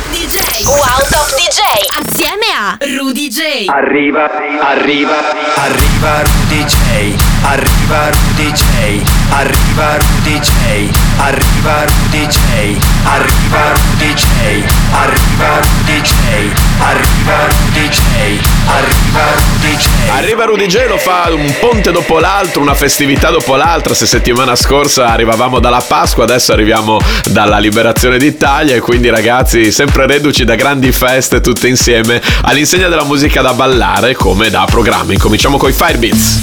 Top DJ. Wow Top DJ. Assieme a Rudy J. Arriva Rudy J. Arriva Rudy J. Arriva Rudy J. Arriva Rudy J. Arriva Rudy J. Arriva Rudy J. Arriva Rudy J. Arriva Rudy J. Arriva Rudy J, lo fa un ponte dopo l'altro, una festività dopo l'altra. Se settimana scorsa arrivavamo dalla Pasqua, adesso arriviamo dalla liberazione d'Italia, e quindi ragazzi sempre reduci da grandi feste tutte insieme all'insegna della musica da ballare come da programmi. Cominciamo coi Firebeats.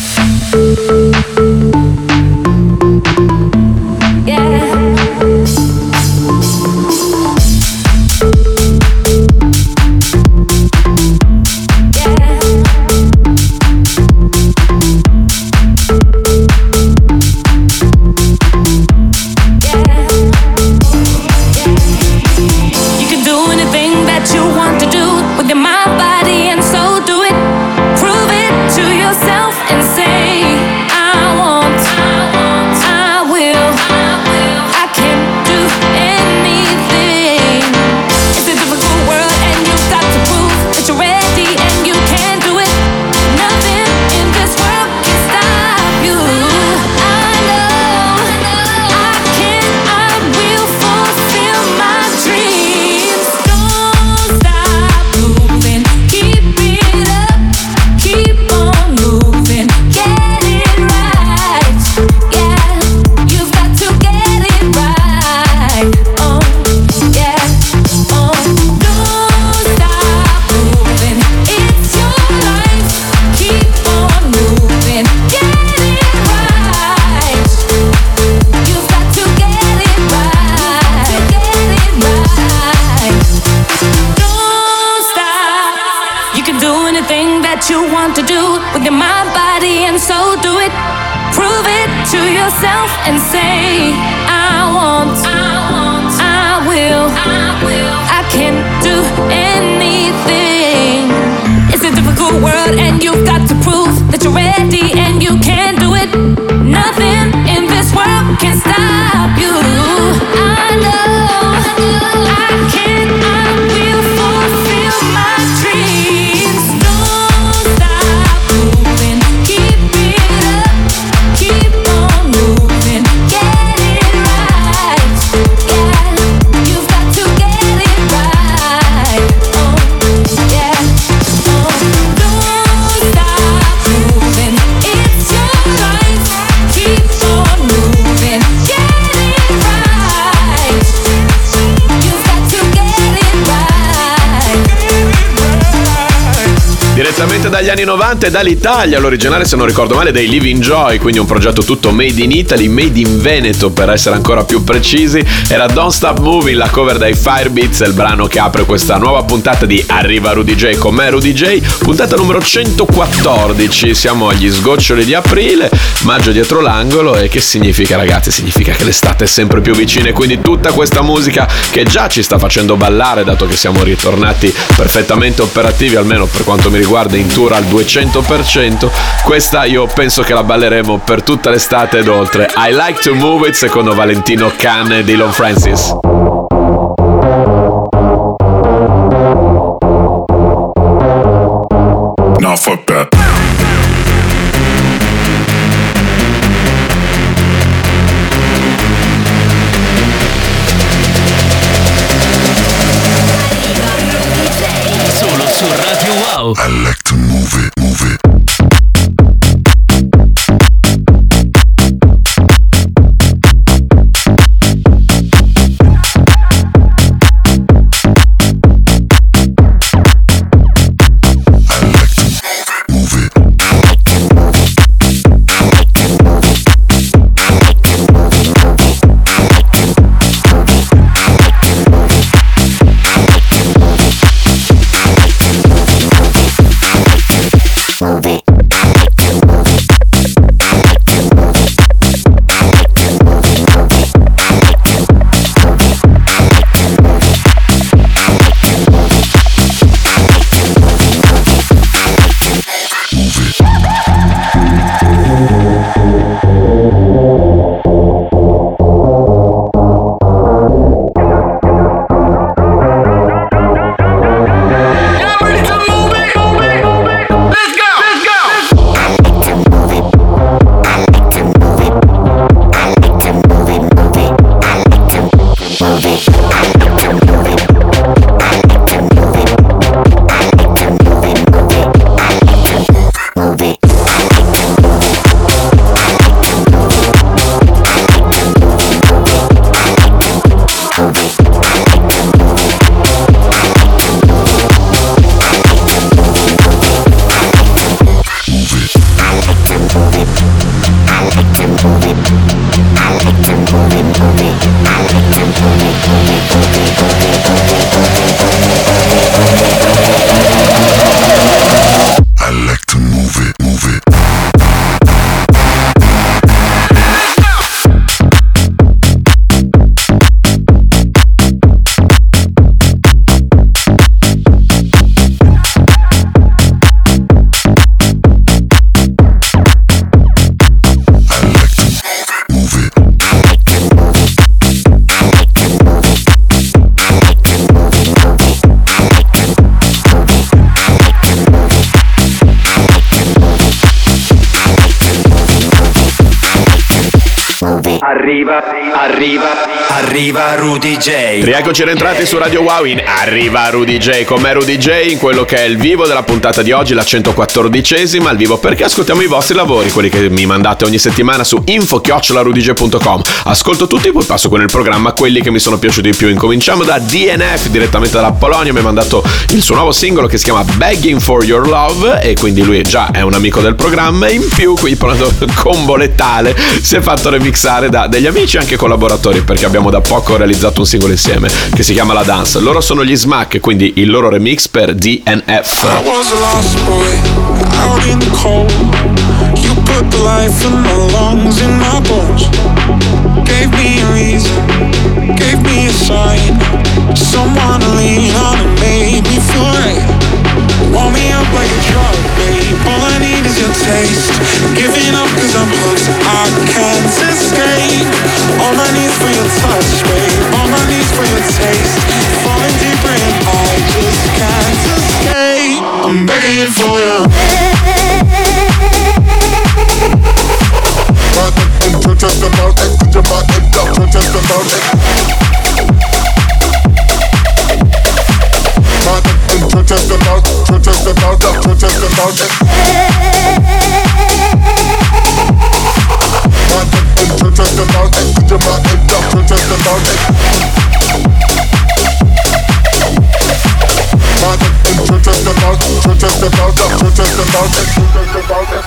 Dagli anni 90 e dall'Italia, l'originale se non ricordo male dei Living Joy, quindi un progetto tutto made in Italy, made in Veneto per essere ancora più precisi. Era Don't Stop Moving, la cover dai Firebeats, è il brano che apre questa nuova puntata di Arriva Rudy J con me Rudy J, puntata numero 114. Siamo agli sgoccioli di aprile, maggio dietro l'angolo, e che significa ragazzi? Significa che l'estate è sempre più vicina, e quindi tutta questa musica che già ci sta facendo ballare, dato che siamo ritornati perfettamente operativi, almeno per quanto mi riguarda in tour al 200%, questa io penso che la balleremo per tutta l'estate ed oltre. I Like to Move It, secondo Valentino Khan e Dylan Francis. Nah, fuck that. Solo su Radio Wow. I like to move it, move it. Arriva Rudy J. Rieccoci rientrati su Radio Wow in Arriva Rudy J. Con me Rudy J in quello che è il vivo della puntata di oggi, la 114esima. Il vivo perché ascoltiamo i vostri lavori, quelli che mi mandate ogni settimana su info@rudyj.com. Ascolto tutti, poi passo con il programma quelli che mi sono piaciuti di più. Incominciamo da DNF, direttamente dalla Polonia. Mi ha mandato il suo nuovo singolo che si chiama Begging for Your Love, e quindi lui già è un amico del programma, e in più qui parlando combo letale si è fatto remixare da degli amici e anche collaboratori, perché abbiamo da poco realizzato un singolo insieme che si chiama La Dance. Loro sono gli Smack, quindi il loro remix per DNF. I was a lost boy, out in the cold. You put the life in my lungs, in my bones. Gave me a reason, gave me a sign. Someone to lean on and made me feel right. Warm me up like a drug, babe. All I need is your taste. Giving up cause I'm hooked, I can't escape. All I need is for your touch, babe. All I need is for your taste. Falling deeper and I just can't escape. I'm begging for you. Protest about it, put your mind up, protest about it. Protest about it, protest about it, protest about it. Protest about it, put your mind up, protest about it. Protest about it, protest about it, protest about it.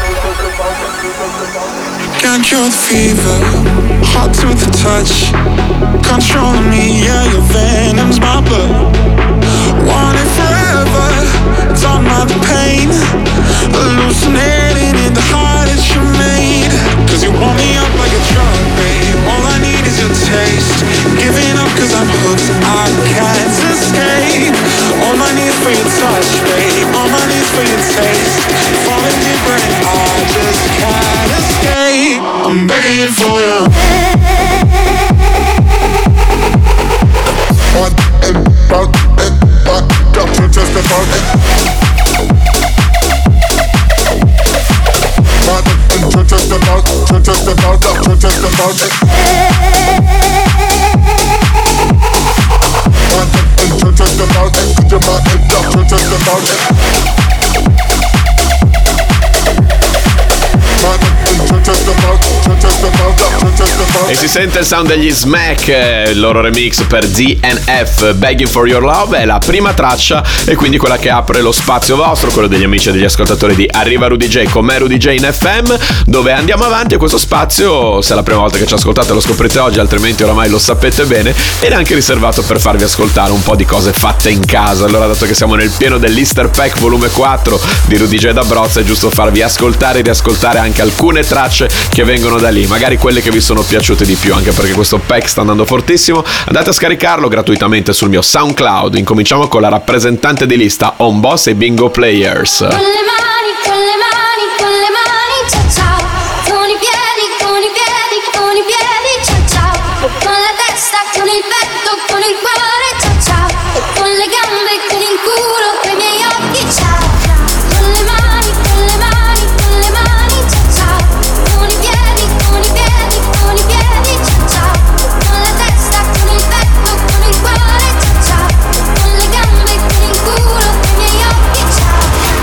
Can't cure the fever, hot to the touch. Controlling me, yeah, your venom's my blood. Want it forever, don't mind the pain. Hallucinating in the heart that you made. Cause you want me up like a drug, babe. All I need is your taste. Giving up cause I'm hooked, I can't escape. All I need is for your touch, babe. All I need is for your taste. Falling deeper and I just can't escape. I'm begging for you. Protest about it. Protest about it, protest about it, protest about it. Protest about it, put your mind up, protest about it. E si sente il sound degli Smack, il loro remix per DNF, Begging for Your Love. È la prima traccia e quindi quella che apre lo spazio vostro, quello degli amici e degli ascoltatori di Arriva Rudy J con me Rudy J in FM, dove andiamo avanti. E questo spazio, se è la prima volta che ci ascoltate, lo scoprite oggi, altrimenti oramai lo sapete bene, ed è anche riservato per farvi ascoltare un po' di cose fatte in casa. Allora, dato che siamo nel pieno dell'Easter Pack volume 4 di Rudy J d'Abruzzo, è giusto farvi ascoltare e riascoltare anche alcune tracce che vengono da lì, magari quelle che vi sono piaciute di più, anche perché questo pack sta andando fortissimo. Andate a scaricarlo gratuitamente sul mio SoundCloud. Incominciamo con la rappresentante di lista On Boss e Bingo Players. Con le mani, con le mani, con le mani, ciao ciao. Con i piedi, con i piedi, con i piedi, ciao ciao. Con la testa, con il petto, con il cuore, ciao ciao. Con le gambe, con il culo, con i miei occhi, ciao. Con le mani, con le mani, con le mani, ciao ciao. Con i piedi, con i piedi, con i piedi, ciao ciao. Con la testa, con il petto, con il cuore, ciao ciao. Con le gambe, con il culo, con i miei occhi, ciao.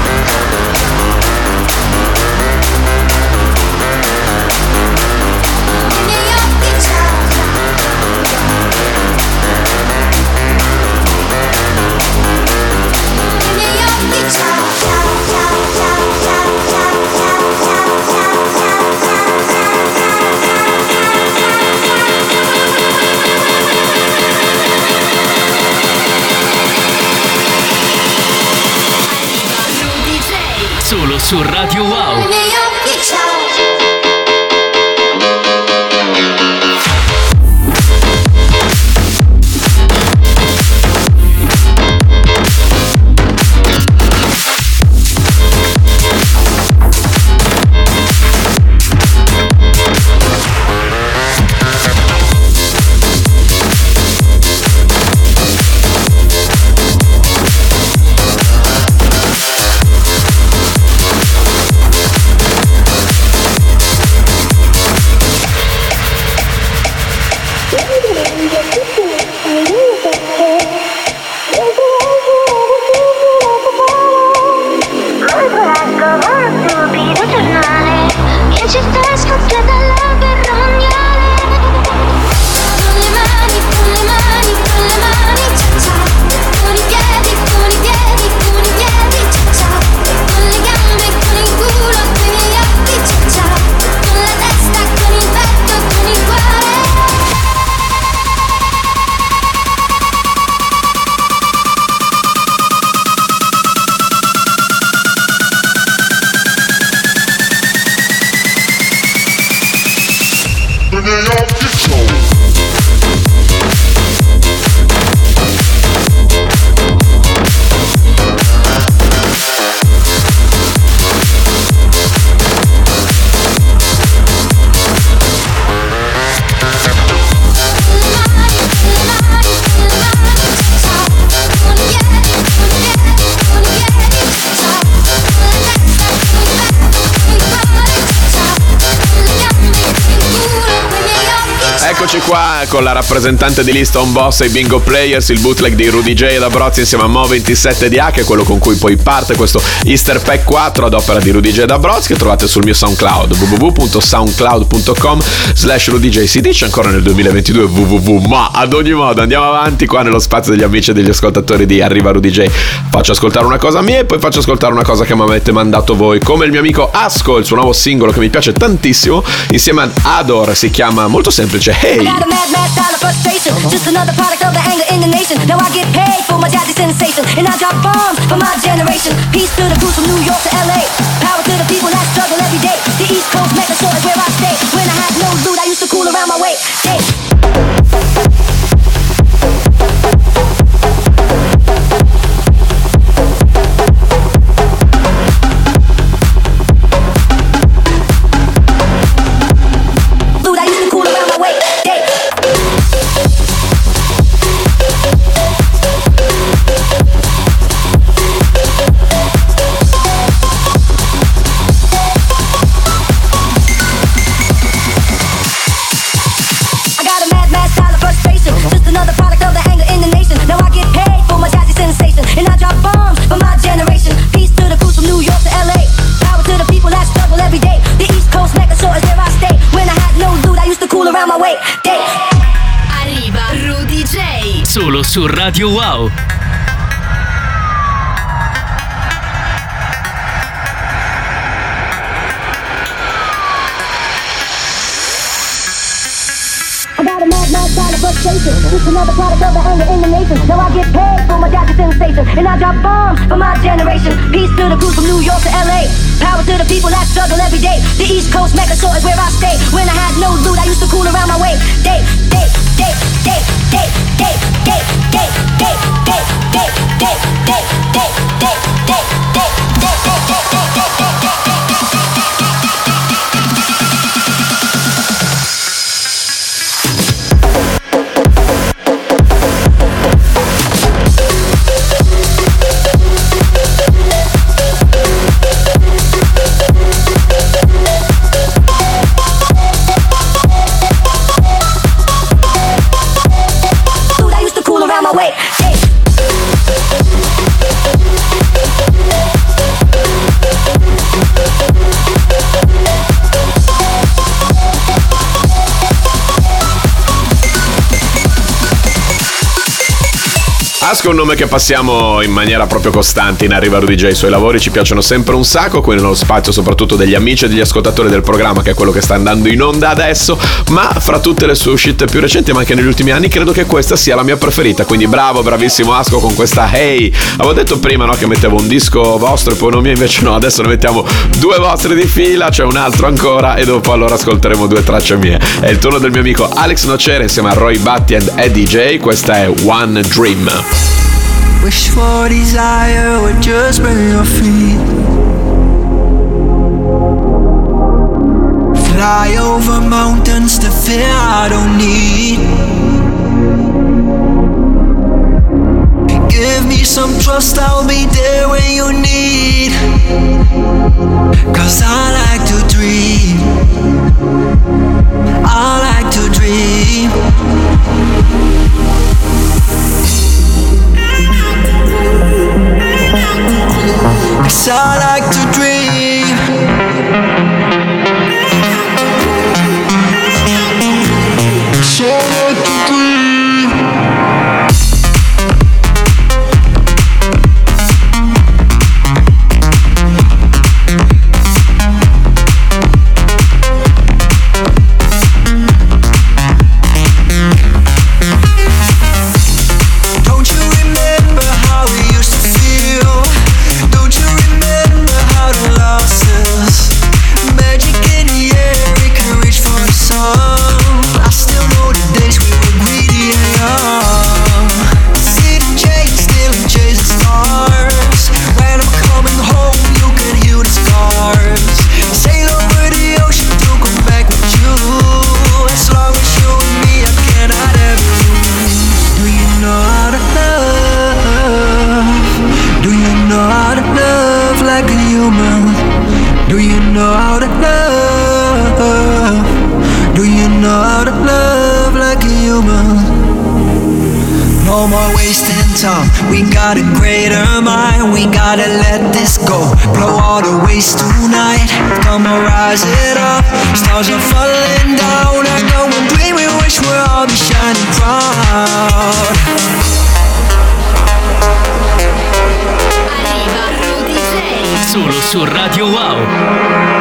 I miei occhi, ciao. I miei occhi, ciao. Solo su Radio Wow. I miei occhi, ciao. Eccoci qua con la rappresentante di lista On Boss e i Bingo Players, il bootleg di Rudy J ed Abrozzi insieme a Mo27DA, che è quello con cui poi parte questo Easter Pack 4 ad opera di Rudy J ed Abrozzi, che trovate sul mio SoundCloud, www.soundcloud.com/RudyJ. Si dice ancora nel 2022 www, ma ad ogni modo andiamo avanti qua nello spazio degli amici e degli ascoltatori di Arriva Rudy J. Faccio ascoltare una cosa mia e poi faccio ascoltare una cosa che mi avete mandato voi, come il mio amico Asco, il suo nuovo singolo che mi piace tantissimo, insieme ad Ador, si chiama molto semplice Hey. Got a mad style of frustration, just another product of the anger in the nation. Now I get paid for my jazzy sensation, and I drop bombs for my generation. Peace to the crews from New York to LA, power to the people that struggle every day. The East Coast, Mexico is where I stay. When I had no loot, I used to cool around my way. Hey. Arriva Rudy J solo su Radio Wow. I got a mad style of frustration, just another product of the anger in the nation. Now I get paid for my jazzy sensation, and I drop bombs for my generation. Peace to the crews from New York to LA, power to the people that struggle every day. The East Coast, Mexico is where I stay. When I had no loot, I used to cool around my way. Day, day, day, day, day, day, day, day, day, day, day, day, day, day, day, day, Asco è un nome che passiamo in maniera proprio costante in Arriva Rudy J. I suoi lavori ci piacciono sempre un sacco, qui nello spazio soprattutto degli amici e degli ascoltatori del programma, che è quello che sta andando in onda adesso. Ma fra tutte le sue uscite più recenti, ma anche negli ultimi anni, credo che questa sia la mia preferita. Quindi bravo, bravissimo Asco con questa Hey. Avevo detto prima, no, che mettevo un disco vostro e poi uno mio, invece no, adesso ne mettiamo due vostri di fila, c'è un altro ancora e dopo allora ascolteremo due tracce mie. È il turno del mio amico Alex Nocera insieme a Roy Batty and Eddie J. Questa è One Dream. Wish for desire would just bring your feet. Fly over mountains to fear I don't need. Give me some trust, I'll be there when you need. 'Cause I like to dream, I like to dream. Cause I like to dream. So I like to dream. come. We got a greater mind, we gotta let this go. Blow all the waste tonight, come on, rise it up. Stars are falling down, I go and dream, we wish we'll all be shining proud. Solo su Radio Wow.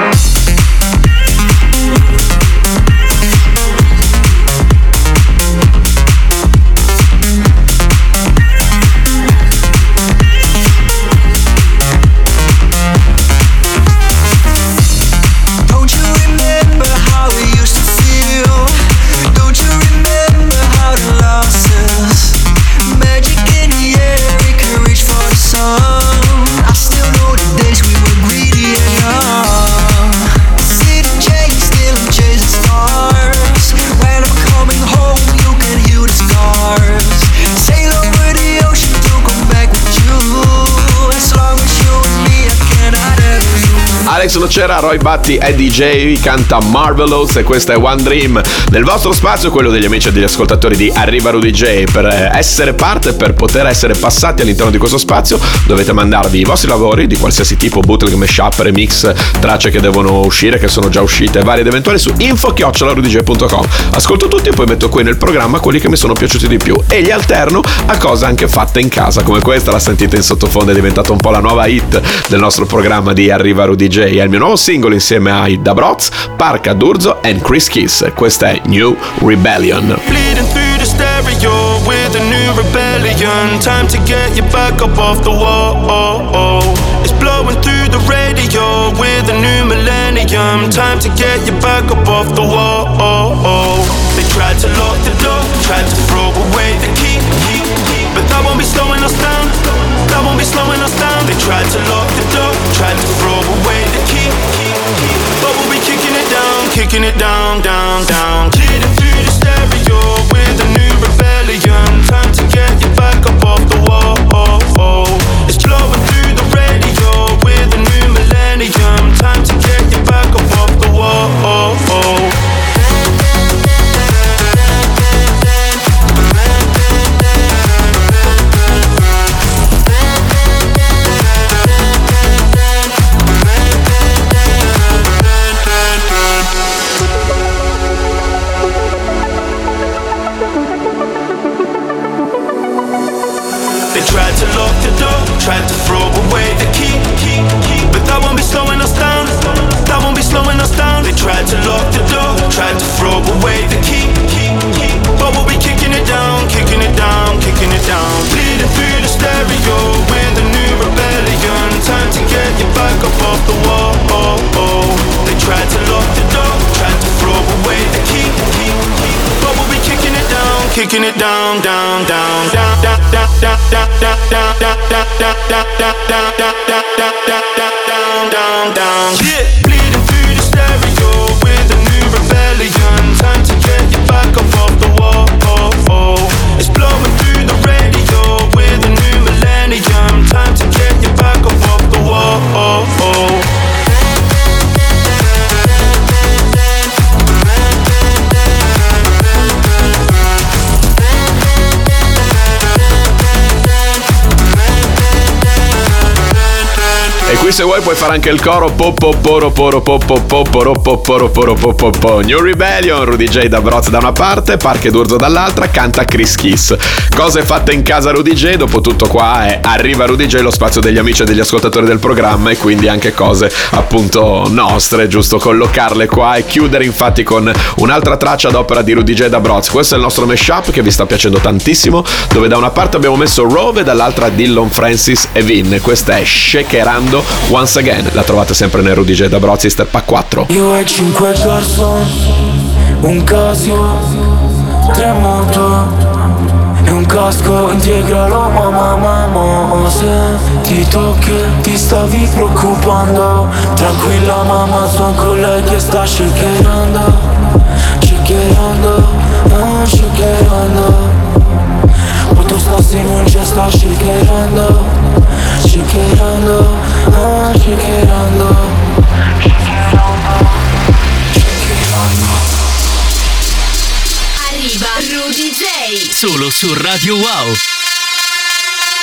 Alex Nocera, Roy Batty è DJ, canta Marvelous e questa è One Dream. Nel vostro spazio, quello degli amici e degli ascoltatori di Arriva Rudy J. Per essere parte, per poter essere passati all'interno di questo spazio, dovete mandarvi i vostri lavori di qualsiasi tipo, bootleg, mashup, remix, tracce che devono uscire, che sono già uscite, varie ed eventuali, su info@rudj.com. Ascolto tutti e poi metto qui nel programma quelli che mi sono piaciuti di più e li alterno a cose anche fatte in casa, come questa, la sentite in sottofondo, è diventata un po' la nuova hit del nostro programma di Arriva Rudy J. È il mio nuovo singolo insieme a Da Broz, Parca D'Urso e Chris Kiss. Questa è New Rebellion. Bleeding through the stereo with a new rebellion. Time to get you back up off the wall. It's blowing through the radio with a new millennium. Time to get you back up off the wall. They tried to lock the door, tried to throw away the key, but that won't be slowing us down. That won't be slowing us down. They tried to lock the door, tried to throw away the key, but we'll be kicking it down, down, down. Bleeding through the stereo with a new rebellion. Time to get you back up off the wall. It's blowing through the radio with a new millennium. Time to get you back up off the wall. Tried to lock the door, tried to throw away the key, but that won't be slowing us down. That won't be slowing us down. They tried to lock the door, tried to throw away the key, but we'll be kicking it down, kicking it down, kicking it down. Bleeding through the stereo with a new rebellion. Time to get you back up off the wall. They tried to lock the door, tried to throw away the key, but we'll be kicking it down, kicking it down, down, down, down, down, down, down, down, down, down, down, down, down, down, down, down, down. Yeah, bleeding through the stereo with a new rebellion. Time to get you back up off the wall. It's blowing through the radio with a new millennium. Time to get you back up off the wall. E qui se vuoi puoi fare anche il coro New Rebellion, Rudy J da Broz da una parte, Parca D'Urso dall'altra, canta Chris Kiss. Cose fatte in casa Rudy J, dopo tutto qua è Arriva Rudy J, lo spazio degli amici e degli ascoltatori del programma, e quindi anche cose appunto nostre, giusto collocarle qua e chiudere infatti con un'altra traccia d'opera di Rudy J da Broz. Questo è il nostro mashup che vi sta piacendo tantissimo, dove da una parte abbiamo messo Rove e dall'altra Dillon Francis e Vin. Questa è Shakerando Once Again, la trovate sempre nel Rudy J da Broz Step Pack 4. Io e 5 garçon, un Casio, 3 moto e un casco, integralo mamma, se ti tocchi ti stavi preoccupando, tranquilla mamma, sono con lei che sta shakerando, quanto stassi non c'è, sta shakerando. Arriva Rudy J. Solo su Radio Wow.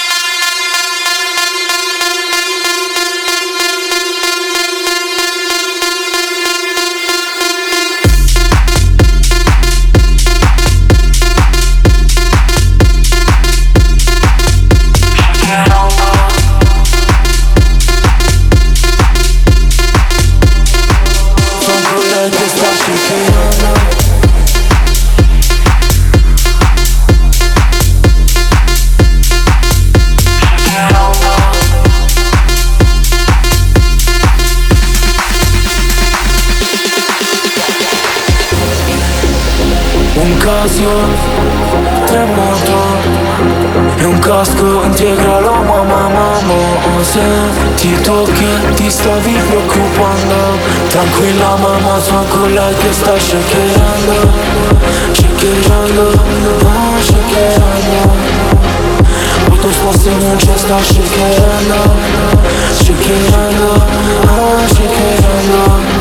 casco integralo, mamma, se ti tocchi ti stavi preoccupando. Tranquilla mamma, sono con lei che sta shakerando, shakerando, shakerando. Molto sposto non ci sta shakerando, shakerando, shakerando.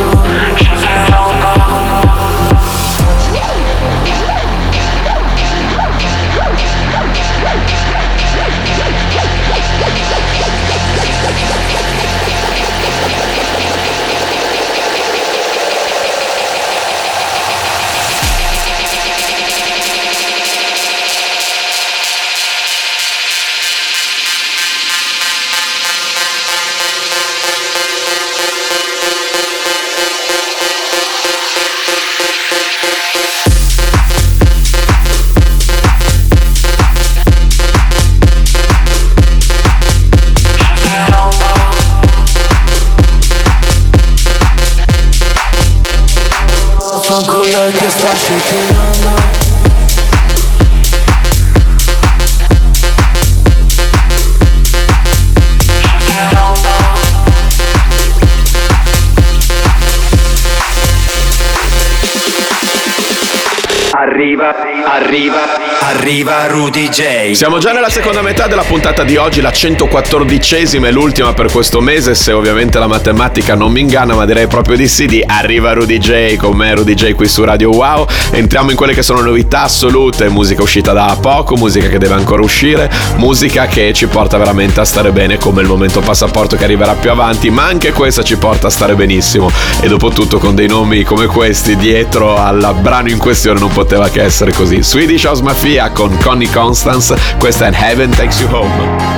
Ancora che sta shakerando. Arriva Rudy J. Siamo già nella seconda metà della puntata di oggi, la 114esima e l'ultima per questo mese, se ovviamente la matematica non mi inganna, ma direi proprio di sì, di Arriva Rudy J, con me Rudy J qui su Radio Wow. Entriamo in quelle che sono novità assolute, musica uscita da poco, musica che deve ancora uscire, musica che ci porta veramente a stare bene, come il momento passaporto che arriverà più avanti, ma anche questa ci porta a stare benissimo, e dopo tutto con dei nomi come questi dietro al brano in questione non poteva che essere così. Swedish House Mafia con Connie Constance, questa è Heaven Takes You Home.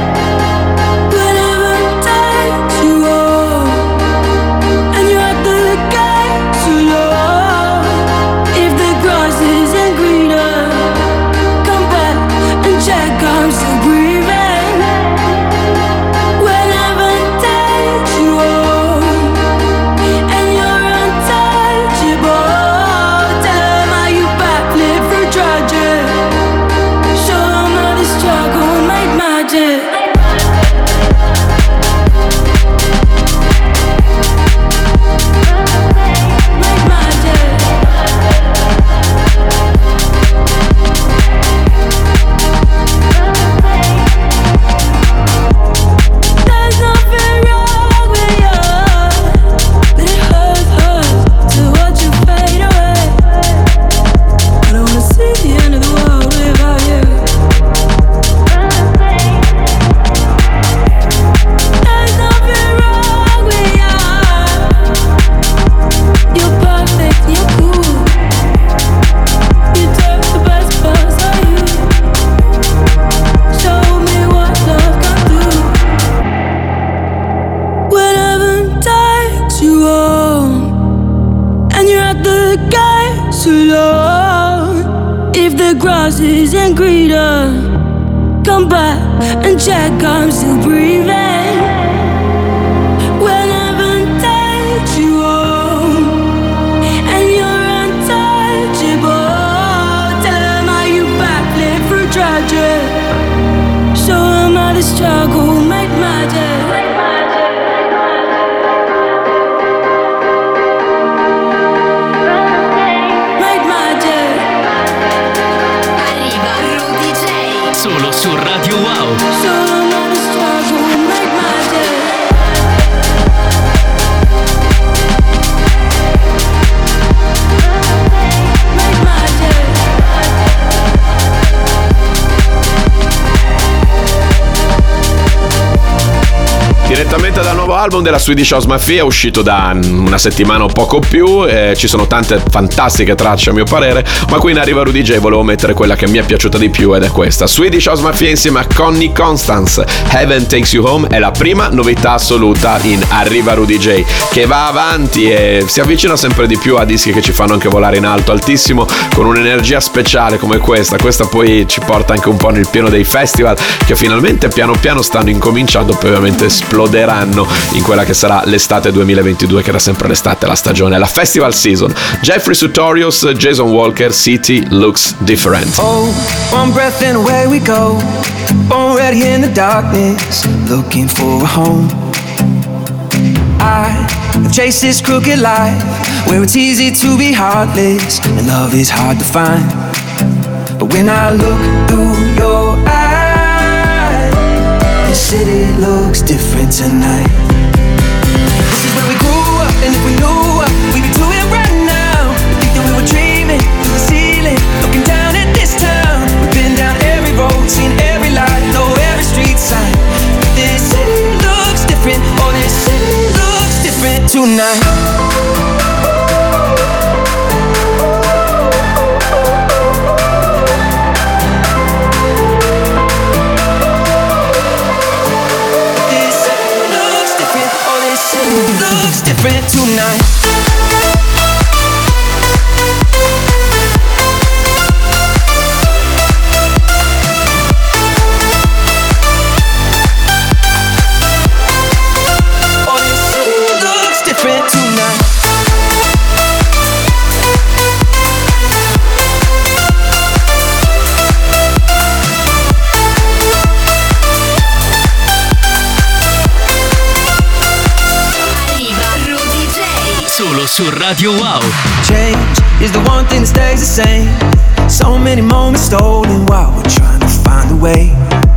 Isn't greener. Come back and check I'm still breathing. When heaven takes you home and you're untouchable, tell them how you backflip through tragic. Show them how the struggle make magic. Solo su Radio Wow. Direttamente dal nuovo album della Swedish House Mafia, uscito da una settimana o poco più, ci sono tante fantastiche tracce a mio parere, ma qui in Arriva Rudy J volevo mettere quella che mi è piaciuta di più, ed è questa Swedish House Mafia insieme a Connie Constance. Heaven Takes You Home è la prima novità assoluta in Arriva Rudy J, che va avanti e si avvicina sempre di più a dischi che ci fanno anche volare in alto altissimo, con un'energia speciale come questa poi ci porta anche un po' nel pieno dei festival che finalmente piano piano stanno incominciando, poi ovviamente esploderanno in quella che sarà l'estate 2022, che era sempre l'estate, la stagione, la festival season. Jeffrey Sutorius, Jason Walker, City Looks Different. Oh, one breath and away we go. Born already in the darkness, looking for a home. I have chased this crooked life, where it's easy to be heartless and love is hard to find. But when I look through your eyes, the city looks different tonight. This is where we grew up, and if we knew what we'd be doing right now, I think that we were dreaming through the ceiling, looking down at this town. We've been down every road, seen every light, know every street sign. This city looks different, oh this city looks different tonight. Looks different tonight. Oh, this city looks different tonight. Solo su Radio Wow. Change is the one thing that stays the same. So many moments stolen while we're trying to find a way.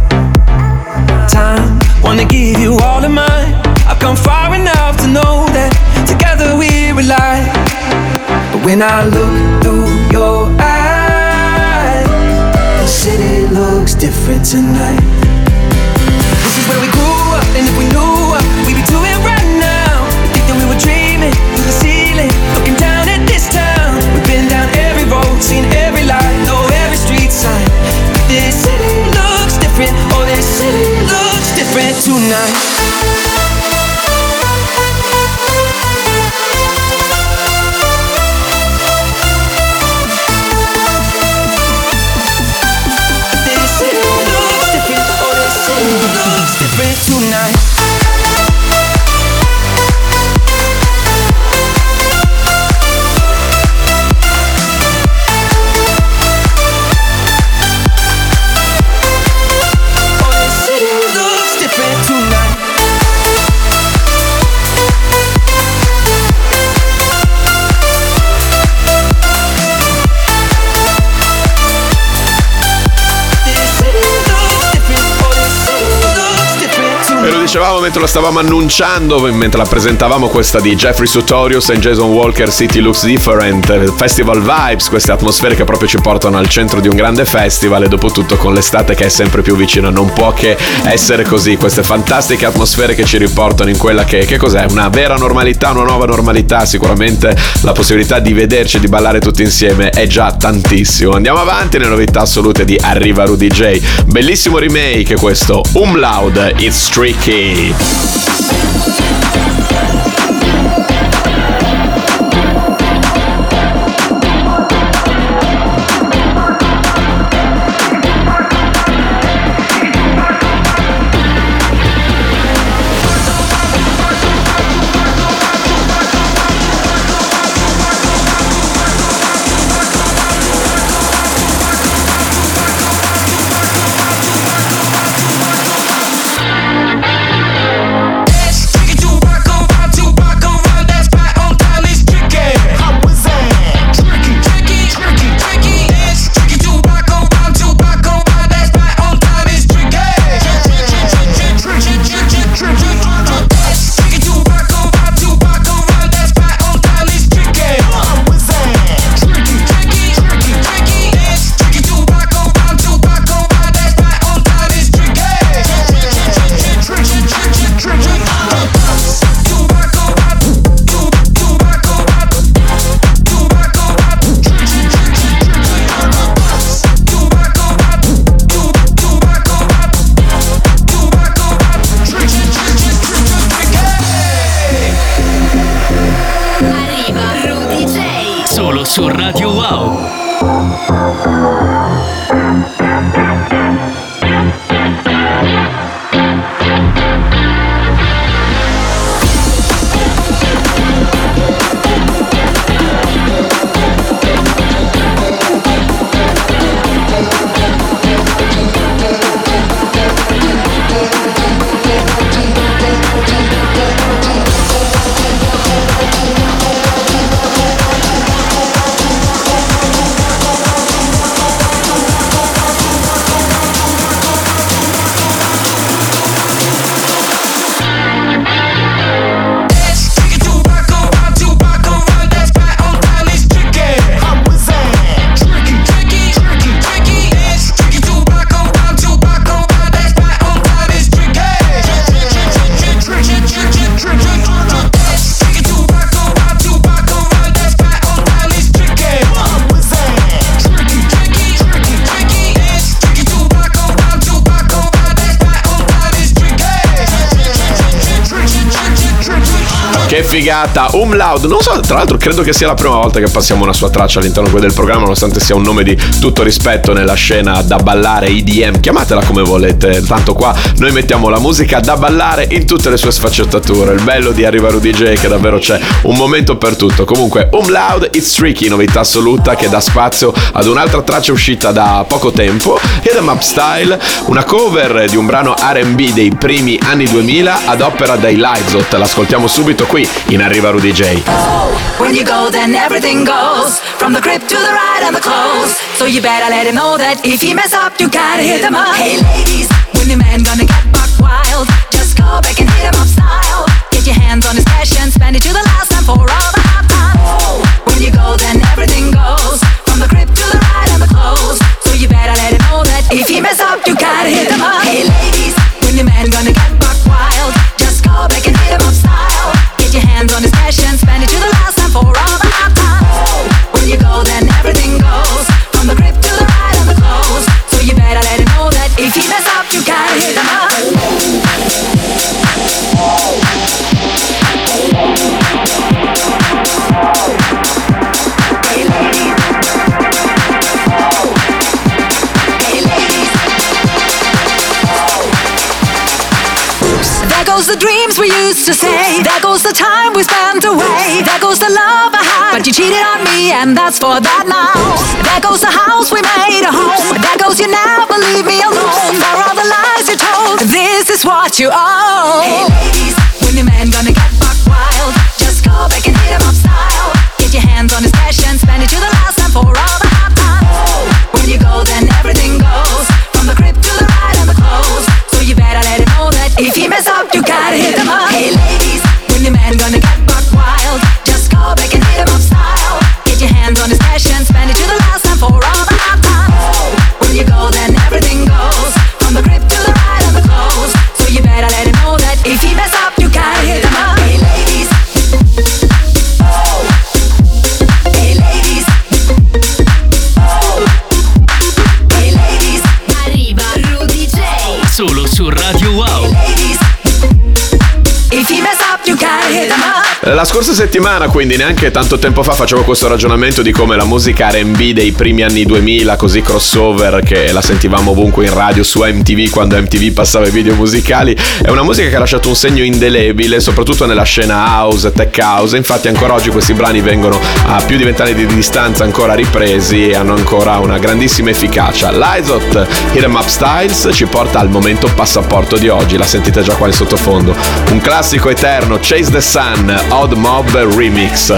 Time, wanna give you all of mine. I've come far enough to know that together we rely. But when I look through your eyes, the city looks different tonight. This is where we grew up, and if we knew what we'd be doing right now, I think that we were dreaming through the ceiling, looking down at this town. We've been down every road, seen every light, know every street sign. This city looks different, oh this city looks different tonight. This city looks different, oh this city looks different tonight. Dicevamo mentre lo stavamo annunciando, mentre la presentavamo, questa di Jeffrey Sutorius e Jason Walker, City Looks Different, Festival Vibes, queste atmosfere che proprio ci portano al centro di un grande festival, e dopo tutto con l'estate che è sempre più vicina non può che essere così, queste fantastiche atmosfere che ci riportano in quella che cos'è, una vera normalità, una nuova normalità. Sicuramente la possibilità di vederci e di ballare tutti insieme è già tantissimo. Andiamo avanti, le novità assolute di Arriva Rudy J, bellissimo remake questo, Umlaut, It's Tricky. Su Radio Wow. Che figata, Umlaut. Non so, tra l'altro credo che sia la prima volta che passiamo una sua traccia all'interno del programma, nonostante sia un nome di tutto rispetto nella scena da ballare EDM, chiamatela come volete, tanto qua noi mettiamo la musica da ballare in tutte le sue sfaccettature. Il bello di Arriva Rudy J che davvero c'è un momento per tutto. Comunque Umlaut, It's Tricky, novità assoluta che dà spazio ad un'altra traccia uscita da poco tempo, Hit 'em Up Style, una cover di un brano R&B dei primi anni 2000 ad opera dei Lights. L'ascoltiamo subito qui in Arriva Rudy J. When you go then everything goes, from the grip to the ride and the clothes. So you better let him know that if he mess up you gotta hit him up. Hey ladies, when the man gonna get buck wild, just go back and hit him up style. Get your hands on his cash and spend it to the last time for all the hot times. When you go then everything goes, from the grip to the ride and the clothes. So you better let him know that if he mess up you gotta hit him up. Hey ladies, when the man gonna get buck wild, just go back and hit him up style. Get your hands on his cash and spend it to the last time for all the hot times. When you go then everything goes, from the grip to the ride and the clothes. So you better let him know that if he mess up you gotta hit him up. There goes the dreams we used to say. There goes the time we spent away. There goes the love I had, but you cheated on me, and that's for that now. There goes the house we made a home. There goes you never leave me alone. There are the lies you told. This is what you owe. Hey ladies, when the man gonna get buck wild, just go back and hit him up style. Get your hands on his cash and spend it to the last time for all the hot times. When you go then everything goes, from the grip to the ride and the clothes. So you better let him know that if he mess up you gotta hit him up. Hey ladies, when the man gonna get buck wild, just go back and hit him up style. Get your hands on his cash and spend it to the last time for all the hot times. When you go then everything goes, from the grip to the ride and the clothes. So you better let him know that if he mess up you gotta hit him up. Hey ladies, hey ladies, hey ladies. Arriva Rudy J. Solo su Radio Wow. If he mess up you gotta hit him up. La scorsa settimana, quindi neanche tanto tempo fa, facevo questo ragionamento di come la musica R&B dei primi anni 2000, così crossover, che la sentivamo ovunque in radio, su MTV, quando MTV passava i video musicali, è una musica che ha lasciato un segno indelebile, soprattutto nella scena house, tech house. Infatti ancora oggi questi brani vengono a più di 20 anni di distanza ancora ripresi e hanno ancora una grandissima efficacia. Lights, Hit 'em Up Styles ci porta al momento passaporto di oggi, la sentite già qua in sottofondo, un classico eterno, Chase the Sun, Odd Mob Remix.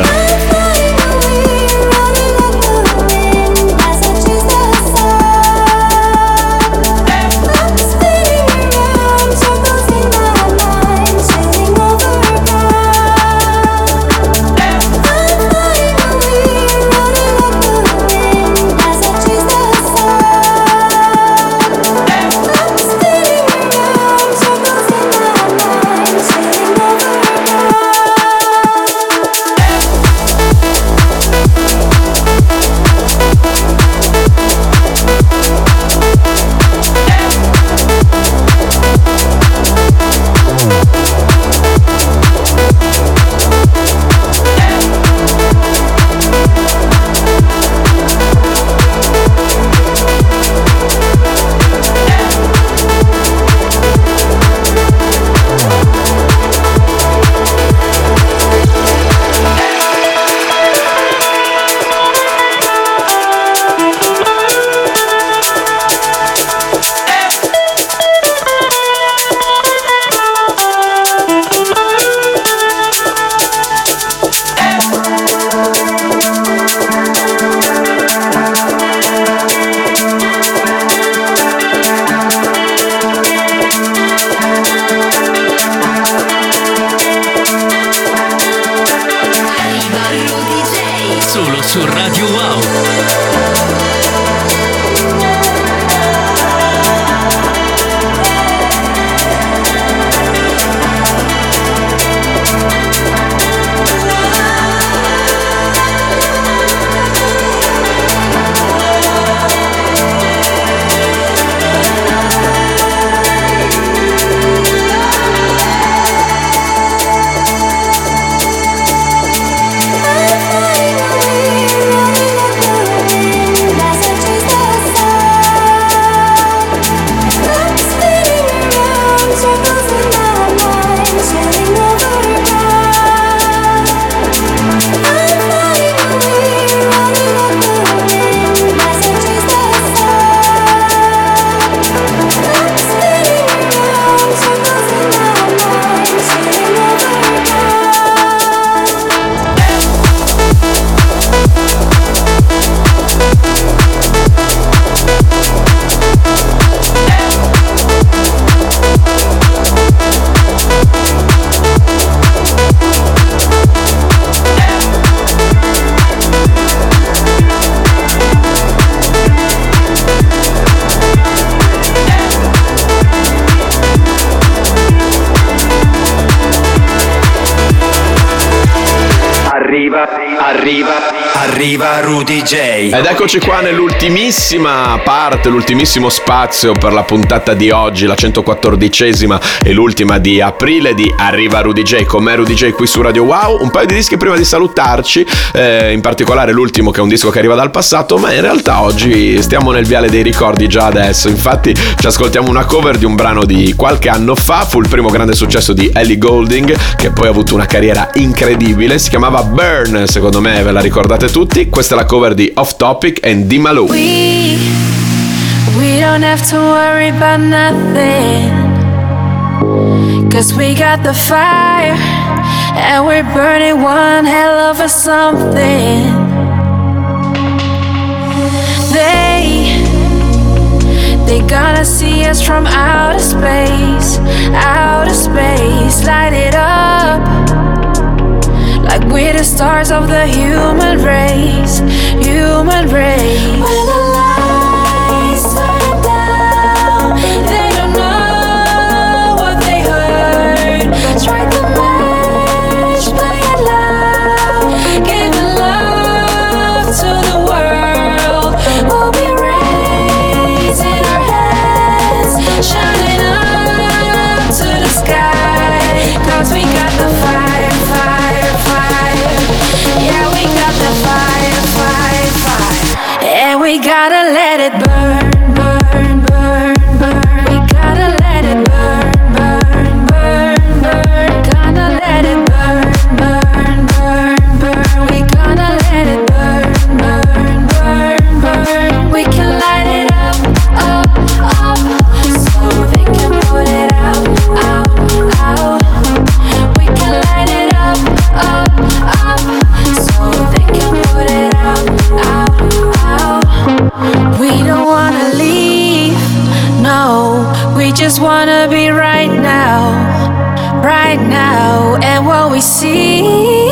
su Radio Wow. arriva Rudy J. Ed eccoci qua nell'ultimissima parte, l'ultimissimo spazio per la puntata di oggi, la 114esima e l'ultima di aprile di Arriva Rudy J. Con me Rudy J qui su Radio Wow. Un paio di dischi prima di salutarci, in particolare l'ultimo che è un disco che arriva dal passato, ma in realtà oggi stiamo nel viale dei ricordi già adesso. Infatti ci ascoltiamo una cover di un brano di qualche anno fa, fu il primo grande successo di Ellie Goulding, che poi ha avuto una carriera incredibile, si chiamava Burn, secondo me ve la ricordate tutti. Questa è la cover di Off Topic and Di Malou. We don't have to worry about nothing, 'cause we got the fire and we're burning one hell of a something. They gonna see us from outer space, light it up like we're the stars of the human race. When the lights turn down, they don't know what they heard. Strike the match, play it loud, giving love to the world. We'll be raising our hands, shining up to the sky, 'cause we got the fire, fire, fire. Yeah, we got the fire, fire, fire. And we gotta let it burn, burn, burn, burn. We gotta let it burn, burn, burn, burn. Gonna let it burn, burn, burn, burn. We gonna let it burn, burn, burn, burn. We can light it up, so they can put it out, out. We can light it up, so they can put it out, out. We don't wanna leave, no. We just wanna be right now, and what we see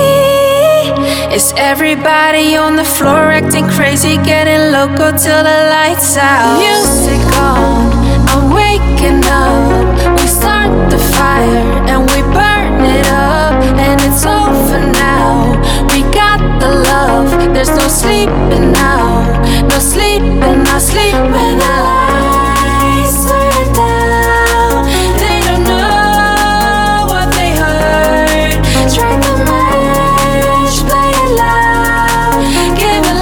is everybody on the floor acting crazy, getting loco till the lights out. Music on, I'm waking up. We start the fire and we burn it up, and it's over now. We got the love, there's no sleeping now, no sleeping, not sleeping. When the lights turn down, they don't know what they heard. Strike the match, play it loud, giving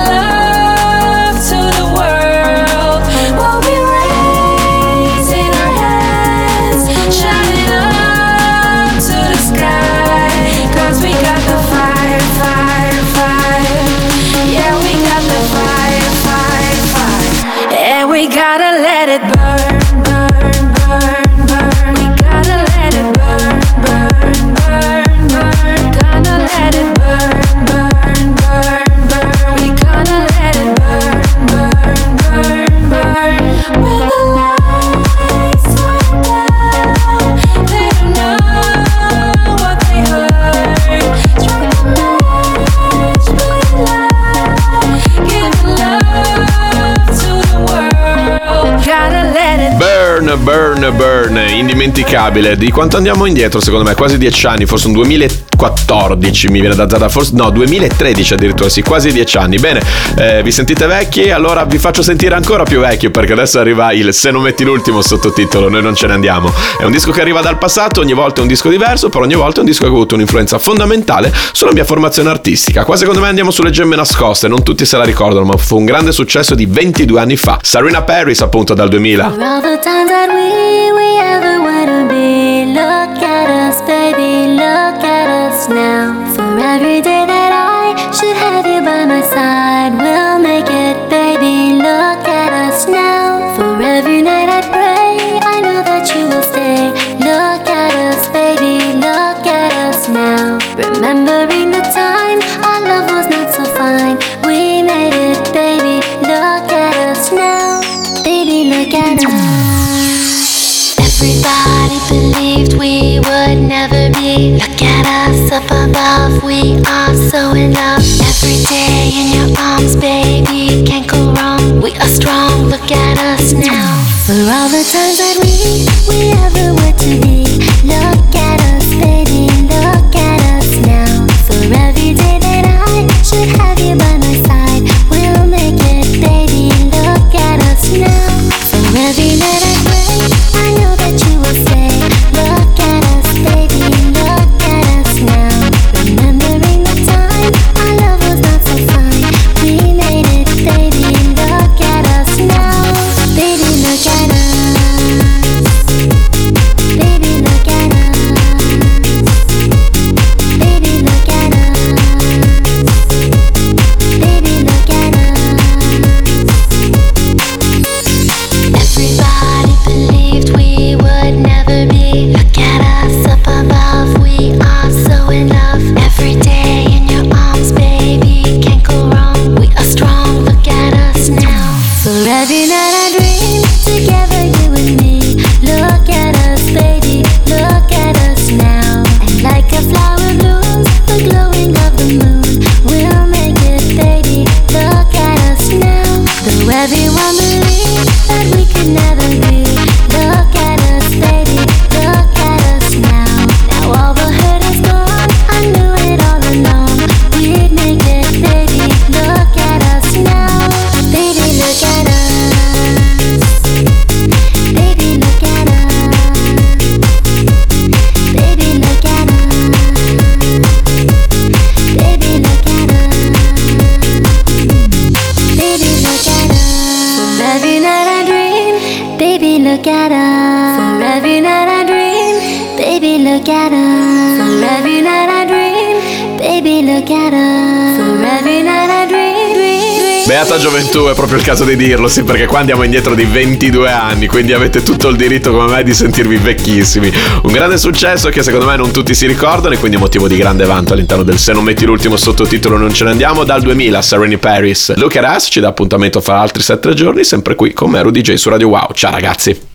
love to the world. We'll be raising our hands, shining up to the sky, 'cause we got the fire, fire, fire. Yeah, we got the fire, fire, fire. And we gotta let it burn, burn, burn, burn. We gotta let it burn, burn, burn, burn. Gonna let it burn, burn, burn, burn. We gonna let it burn, burn, burn, burn. When the lights turn down, they don't know what they heard. Strike the match, play it loud, give love to the world. Gotta let it Burn, burn, burn, indimenticabile. Di quanto andiamo indietro secondo me? Quasi 10 anni, forse un 2014 mi viene da zara, forse no, 2013 addirittura, sì, quasi 10 anni. Bene, vi sentite vecchi? Allora vi faccio sentire ancora più vecchi, perché adesso arriva il Se non metti l'ultimo sottotitolo, noi non ce ne andiamo. È un disco che arriva dal passato, ogni volta è un disco diverso, però ogni volta è un disco che ha avuto un'influenza fondamentale sulla mia formazione artistica. Qua secondo me andiamo sulle gemme nascoste, non tutti se la ricordano, ma fu un grande successo di 22 anni fa. Sabrina Paris, appunto, dal 2000. For all the times that we ever wanna be. Look at us, baby, look at us now. For every day that I should have you by my side, we'll make it, baby, look at us now. For every night I pray, I know that you will stay. Look at us, baby, look at us now. Remembering the time our love was not so fine, we made it, baby, look at us now. Baby, look at us. Everybody believed we would never be. Look at us up above, we are so in love. Every day in your arms, baby, can't go wrong. We are strong, look at us now. For all the times that we ever were to be. Look at us, baby, look at us now. For every day that I should look at us. For every night I dream, baby, look at us. For every night I dream. Beata gioventù, è proprio il caso di dirlo, sì, perché qua andiamo indietro di 22 anni, quindi avete tutto il diritto come me di sentirvi vecchissimi. Un grande successo che secondo me non tutti si ricordano e quindi è motivo di grande vanto all'interno del Se non metti l'ultimo sottotitolo non ce ne andiamo. Dal 2000 Serena Paris, Look at Us ci dà appuntamento fra altri 7 giorni, sempre qui con me, Rudy J su Radio Wow. Ciao ragazzi.